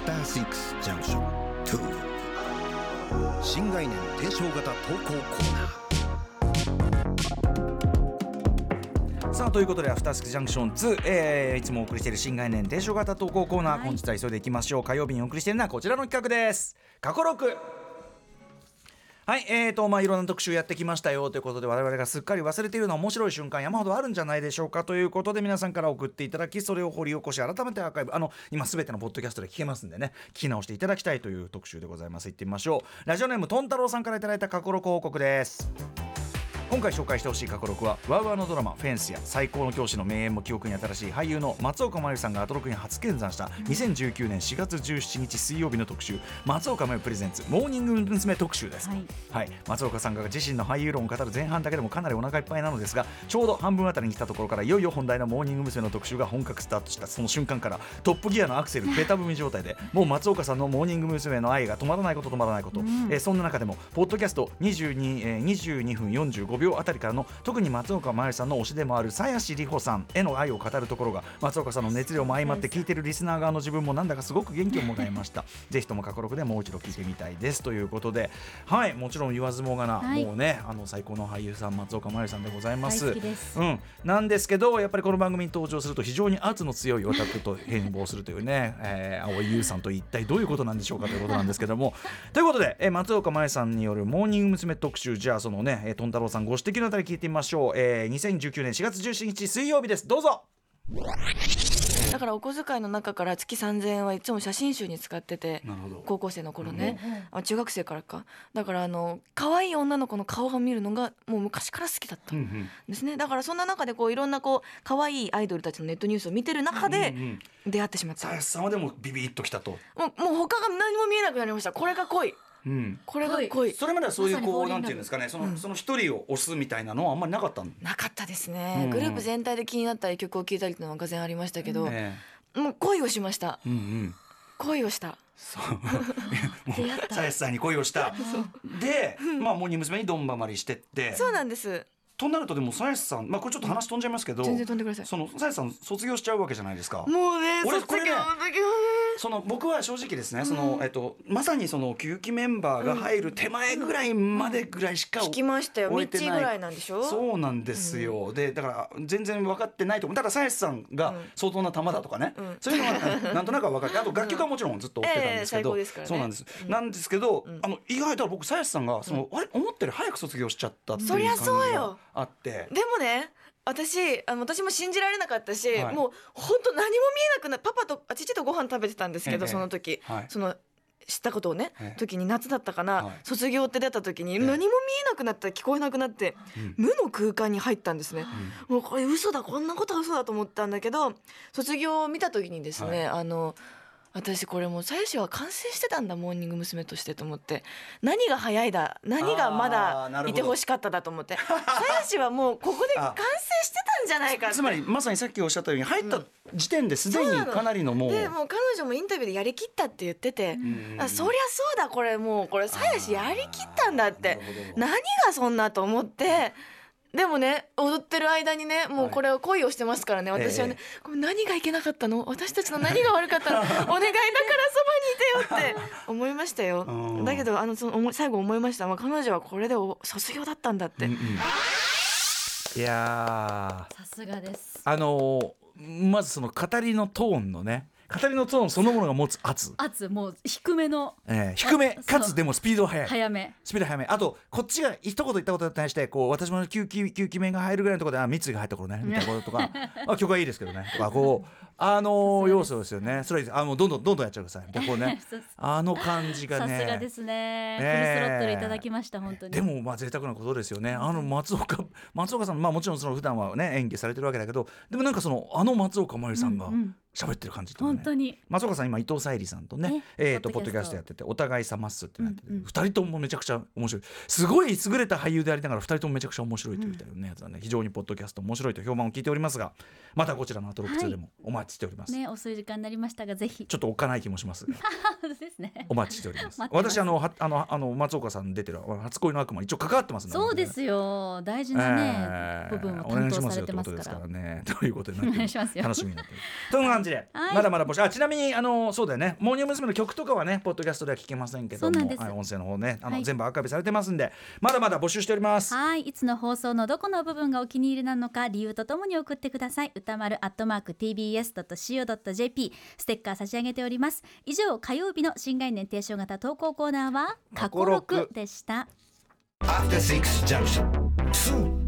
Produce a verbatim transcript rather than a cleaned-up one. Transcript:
フターシックスジャンクションに新概念提唱型投稿コーナー。 さあということでアフターシックスジャンクションツー、えー、いつもお送りしている新概念提唱型投稿コーナー、はい、本日は急いでいきましょう。火曜日にお送りしているのはこちらの企画です。過去録。はい、えーとまあいろんな特集やってきましたよということで、我々がすっかり忘れているような面白い瞬間山ほどあるんじゃないでしょうかということで、皆さんから送っていただき、それを掘り起こし改めてアーカイブ、あの今すべてのポッドキャストで聞けますんでね、聞き直していただきたいという特集でございます。いってみましょう。ラジオネームとんたろうさんからいただいた過去録報告です。今回紹介してほしい過去録はワウワウのドラマフェンスや最高の教師の名演も記憶に新しい俳優の松岡茉優さんがアトロクに初見参したにせんじゅうきゅうねんしがつじゅうしちにち水曜日の特集、松岡茉優プレゼンツモーニング娘。特集です、はいはい、松岡さんが自身の俳優論を語る前半だけでもかなりお腹いっぱいなのですが、ちょうど半分あたりに来たところからいよいよ本題のモーニング娘。の特集が本格スタートした。その瞬間からトップギアのアクセルベタ踏み状態で、もう松岡さんのモーニング娘。の愛が止まらないこと止まらないこと、うん、えー、そんな中でもポッドキャストにじゅうに、えー、にじゅうにふんよんじゅうごびょうあたりからの特に松岡茉優さんの推しでもある鞘師里穂さんへの愛を語るところが、松岡さんの熱量も相まって聞いているリスナー側の自分もなんだかすごく元気をもらいましたぜひとも過去録でもう一度聞いてみたいですということで、はい、もちろん言わずもがな、はい、もうね、あの最高の俳優さん松岡茉優さんでございます。 大好きです、 うん、なんですけどやっぱりこの番組に登場すると非常に圧の強いオタクと変貌するというね、えー、青井優さんと一体どういうことなんでしょうかということなんですけどもということで、えー、松岡茉優さんによるモーニング娘。特集、じゃあそのね、とんたろうさんご指摘のあたり聞いてみましょう。えーにせんじゅうきゅうねんしがつじゅうしちにち水曜日です。どうぞ。 だからお小遣いの中から月さんぜんえんはいつも写真集に使ってて、高校生の頃ね、うん、あ中学生からか、だからあの可愛い女の子の顔が見るのがもう昔から好きだったんですね、うんうん、だからそんな中でこういろんなこう可愛いアイドルたちのネットニュースを見てる中で出会ってしまった。 鞘師さんはでもビビッときたと、 もう、もう他が何も見えなくなりました。これが恋、うん、これが恋。 それまではそういうこうなんていうんですかね、その、うん、その一人を推すみたいなのはあんまりなかったの？ なかったですね、うん、グループ全体で気になったり曲を聴いたりっていうのはがぜんありましたけど、 ね、 もう恋をしました、うんうん、恋をした鞘師さんに恋をしたで、まあ、モーニング娘。にどんばまりしてって。 そうなんです。 となるとでも鞘師さん、まあ、これちょっと話飛んじゃいますけど、 全然飛んでください。 その鞘師さん卒業しちゃうわけじゃないですか。 もうね、 俺これね、 卒業その僕は正直ですね、その、えっと、まさにそのきゅうきメンバーが入る手前ぐらいまでぐらいしか、うん、 聞きましたよ。みっちぐらいなんでしょ。 そうなんですよ、うん、でだから全然分かってないと思う。ただ鞘師さんが相当な玉だとかね、うん、そういうのはなんとなくは分かって、あと楽曲はもちろんずっと追ってたんですけど、 うんえー、最高ですからね。 そうなんです、うん、なんですけど、うん、あの意外と僕鞘師さんがその、うん、あれ思ったより早く卒業しちゃったっていう感じがあって、 でもね、私あの私も信じられなかったし、はい、もう本当何も見えなくなって、パパと父とご飯食べてたんですけど、ええ、その時、はい、その知ったことをね、ええ、時に夏だったかな、はい、卒業って出た時に何も見えなくなって聞こえなくなって、ええ、無の空間に入ったんですね、うん、もうこれ嘘だ、こんなことは嘘だと思ったんだけど、卒業を見た時にですね、はい、あの私これもう鞘師は完成してたんだ、モーニング娘。としてと思って、何が早いだ、何がまだいてほしかっただと思って、鞘師はもうここで完成してたんじゃないかって。 つまりまさにさっきおっしゃったように入った時点ですでにかなりのもう、 うん、でもう彼女もインタビューでやりきったって言ってて、あ、そりゃそうだ、これもうこれ鞘師やりきったんだって、何がそんなと思って。でもね、踊ってる間にね、もうこれを恋をしてますからね、はい、私はね、ええ、これ何がいけなかったの、私たちの何が悪かったのお願いだからそばにいてよって思いましたよだけどあのその最後思いました、まあ、彼女はこれで卒業だったんだって、うんうん、いやさすがです。 あのー、まずその語りのトーンのね、語りのトーンそのものが持つ圧圧もう低めの、 えー、低めかつでもスピード速い、 早めスピード速め、あとこっちが一言言ったことに対してこう私も9期きゅうきめが入るぐらいのところで、あ、三井が入った頃ねみたいなこととかあ、曲はいいですけどねとか、こうあの要素ですよね。それあもうどんどんどんどんやっちゃうくださいみたいな、こうねあの感じがね、 さすがですね、えー、フルスロットルいただきました。本当に。 でもまあ贅沢なことですよね。あの松岡松岡さん、まあもちろんその普段はね演技されてるわけだけど、でもなんかそのあの松岡茉優さんが、うんうん、喋ってる感じとかね、 本当に松岡さん今伊藤沙莉さんとね、えー、とポッドキャストやってて、お互いさまっすってなってて、うんうん、ふたりともめちゃくちゃ面白い、すごい優れた俳優でありながらふたりともめちゃくちゃ面白いという、ね、うん、やつはね、非常にポッドキャスト面白いと評判を聞いておりますが、またこちらのアトロックツーでもお待ちしております。 ね、遅い時間になりましたがぜひちょっとおっかない気もしますがですね。 お待ちしております。 待ってます。 私あのはあのあの松岡さん出てる初恋の悪魔一応関わってますので、 そうですよ、大事なね、 えー部分を担当されてますお願いしますよってことですかかららねということになってお願いしますよ楽しみになってるという感じで、 はいまだまだ募集。あちなみにあのそうだよね、モーニング娘。の曲とかはねポッドキャストでは聞けませんけども、 そうなんです、 はい、音声の方ねあの、 はい、 全部アーカイブされてますんでまだまだ募集しております。 はい、いつの放送のどこの部分がお気に入りなのか理由とともに送ってください。歌丸アットマーク ティービーエスドットシーオードットジェーピー ステッカー差し上げております。以上、火曜日の新概念提唱型投稿コーナーは過去録でした。 アフターシックスジャンクションツー